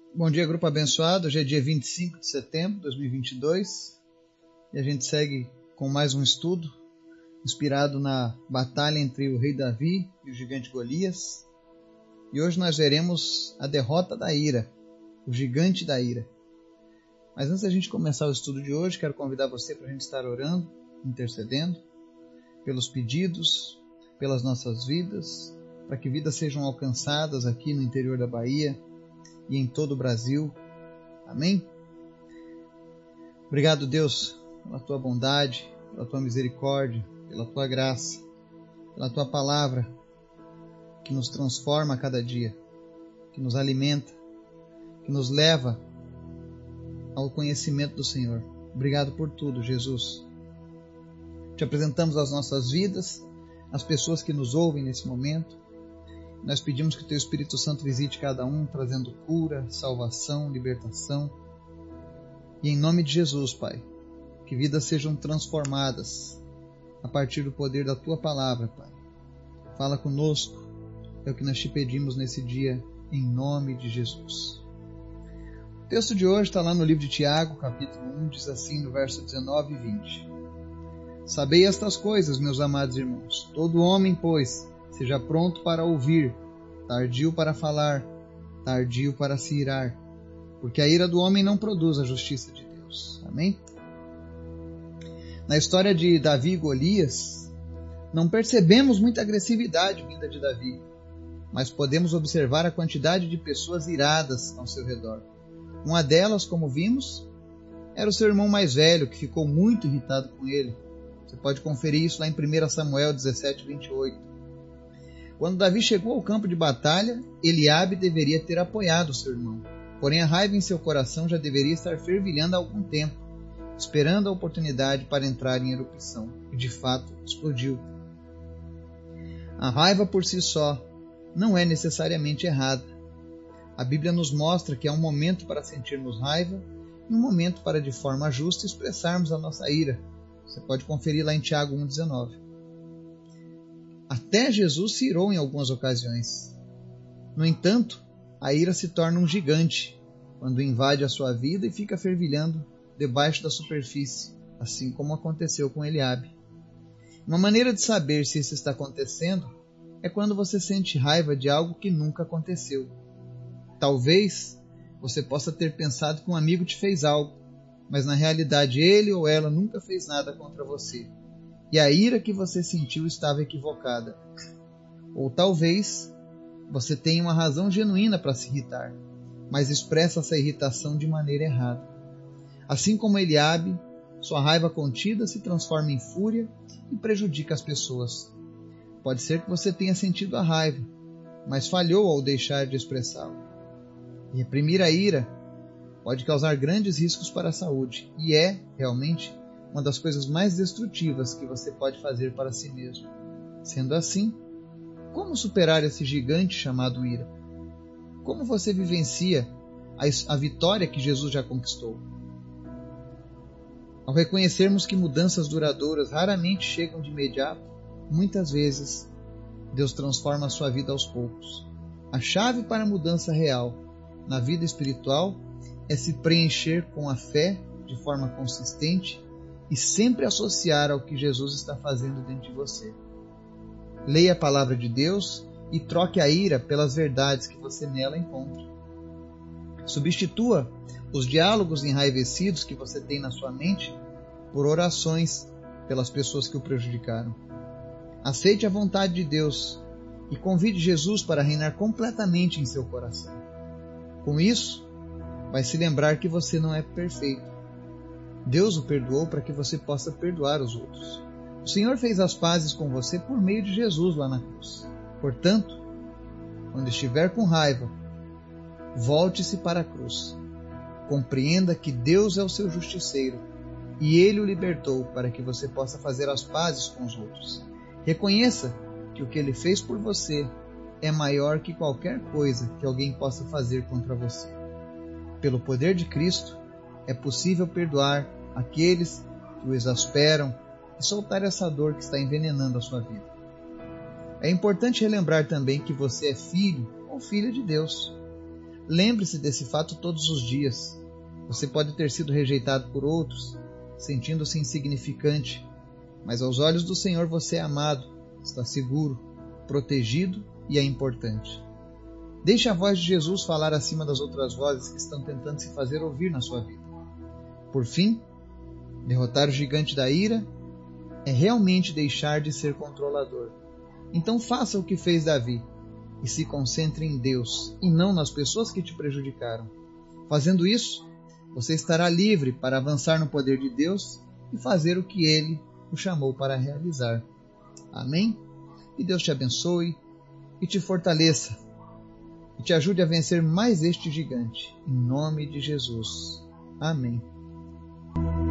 Bom dia, grupo abençoado. Hoje é dia 25 de setembro de 2022 e a gente segue com mais um estudo inspirado na batalha entre o rei Davi e o gigante Golias. E hoje nós veremos a derrota da ira, o gigante da ira. Mas antes da gente começar o estudo de hoje, quero convidar você para a gente estar orando, intercedendo pelos pedidos, pelas nossas vidas, para que vidas sejam alcançadas aqui no interior da Bahia e em todo o Brasil. Amém? Obrigado, Deus, pela tua bondade, pela tua misericórdia, pela tua graça, pela tua palavra que nos transforma a cada dia, que nos alimenta, que nos leva ao conhecimento do Senhor. Obrigado por tudo, Jesus. Te apresentamos as nossas vidas, as pessoas que nos ouvem nesse momento. Nós pedimos que o Teu Espírito Santo visite cada um, trazendo cura, salvação, libertação. E em nome de Jesus, Pai, que vidas sejam transformadas a partir do poder da Tua palavra, Pai. Fala conosco, é o que nós te pedimos nesse dia, em nome de Jesus. O texto de hoje está lá no livro de Tiago, capítulo 1, diz assim no verso 19 e 20. Sabei estas coisas, meus amados irmãos. Todo homem, pois, seja pronto para ouvir, tardio para falar, tardio para se irar, porque a ira do homem não produz a justiça de Deus. Amém? Na história de Davi e Golias, não percebemos muita agressividade vinda de Davi, mas podemos observar a quantidade de pessoas iradas ao seu redor. Uma delas, como vimos, era o seu irmão mais velho, que ficou muito irritado com ele. Você pode conferir isso lá em 1 Samuel 17, 28. Quando Davi chegou ao campo de batalha, Eliabe deveria ter apoiado seu irmão. Porém, a raiva em seu coração já deveria estar fervilhando há algum tempo, esperando a oportunidade para entrar em erupção. E, de fato, explodiu. A raiva por si só não é necessariamente errada. A Bíblia nos mostra que há um momento para sentirmos raiva e um momento para, de forma justa, expressarmos a nossa ira. Você pode conferir lá em Tiago 1,19. Até Jesus se irou em algumas ocasiões. No entanto, a ira se torna um gigante quando invade a sua vida e fica fervilhando debaixo da superfície, assim como aconteceu com Eliabe. Uma maneira de saber se isso está acontecendo é quando você sente raiva de algo que nunca aconteceu. Talvez você possa ter pensado que um amigo te fez algo, mas na realidade ele ou ela nunca fez nada contra você. E a ira que você sentiu estava equivocada. Ou talvez você tenha uma razão genuína para se irritar, mas expressa essa irritação de maneira errada. Assim como Eliabe, sua raiva contida se transforma em fúria e prejudica as pessoas. Pode ser que você tenha sentido a raiva, mas falhou ao deixar de expressá-la. Reprimir a ira pode causar grandes riscos para a saúde e é, realmente, uma das coisas mais destrutivas que você pode fazer para si mesmo. Sendo assim, como superar esse gigante chamado ira? Como você vivencia a vitória que Jesus já conquistou? Ao reconhecermos que mudanças duradouras raramente chegam de imediato, muitas vezes Deus transforma a sua vida aos poucos. A chave para a mudança real na vida espiritual é se preencher com a fé de forma consistente e sempre associar ao que Jesus está fazendo dentro de você. Leia a palavra de Deus e troque a ira pelas verdades que você nela encontra. Substitua os diálogos enraivecidos que você tem na sua mente por orações pelas pessoas que o prejudicaram. Aceite a vontade de Deus e convide Jesus para reinar completamente em seu coração. Com isso, vai se lembrar que você não é perfeito. Deus o perdoou para que você possa perdoar os outros. O Senhor fez as pazes com você por meio de Jesus lá na cruz. Portanto, quando estiver com raiva, volte-se para a cruz. Compreenda que Deus é o seu justiceiro e Ele o libertou para que você possa fazer as pazes com os outros. Reconheça que o que Ele fez por você é maior que qualquer coisa que alguém possa fazer contra você. Pelo poder de Cristo, é possível perdoar aqueles que o exasperam e soltar essa dor que está envenenando a sua vida. É importante relembrar também que você é filho ou filha de Deus. Lembre-se desse fato todos os dias. Você pode ter sido rejeitado por outros, sentindo-se insignificante, mas aos olhos do Senhor você é amado, está seguro, protegido e é importante. Deixe a voz de Jesus falar acima das outras vozes que estão tentando se fazer ouvir na sua vida. Por fim, derrotar o gigante da ira é realmente deixar de ser controlador. Então faça o que fez Davi e se concentre em Deus e não nas pessoas que te prejudicaram. Fazendo isso, você estará livre para avançar no poder de Deus e fazer o que Ele o chamou para realizar. Amém? Que Deus te abençoe e te fortaleça e te ajude a vencer mais este gigante. Em nome de Jesus. Amém.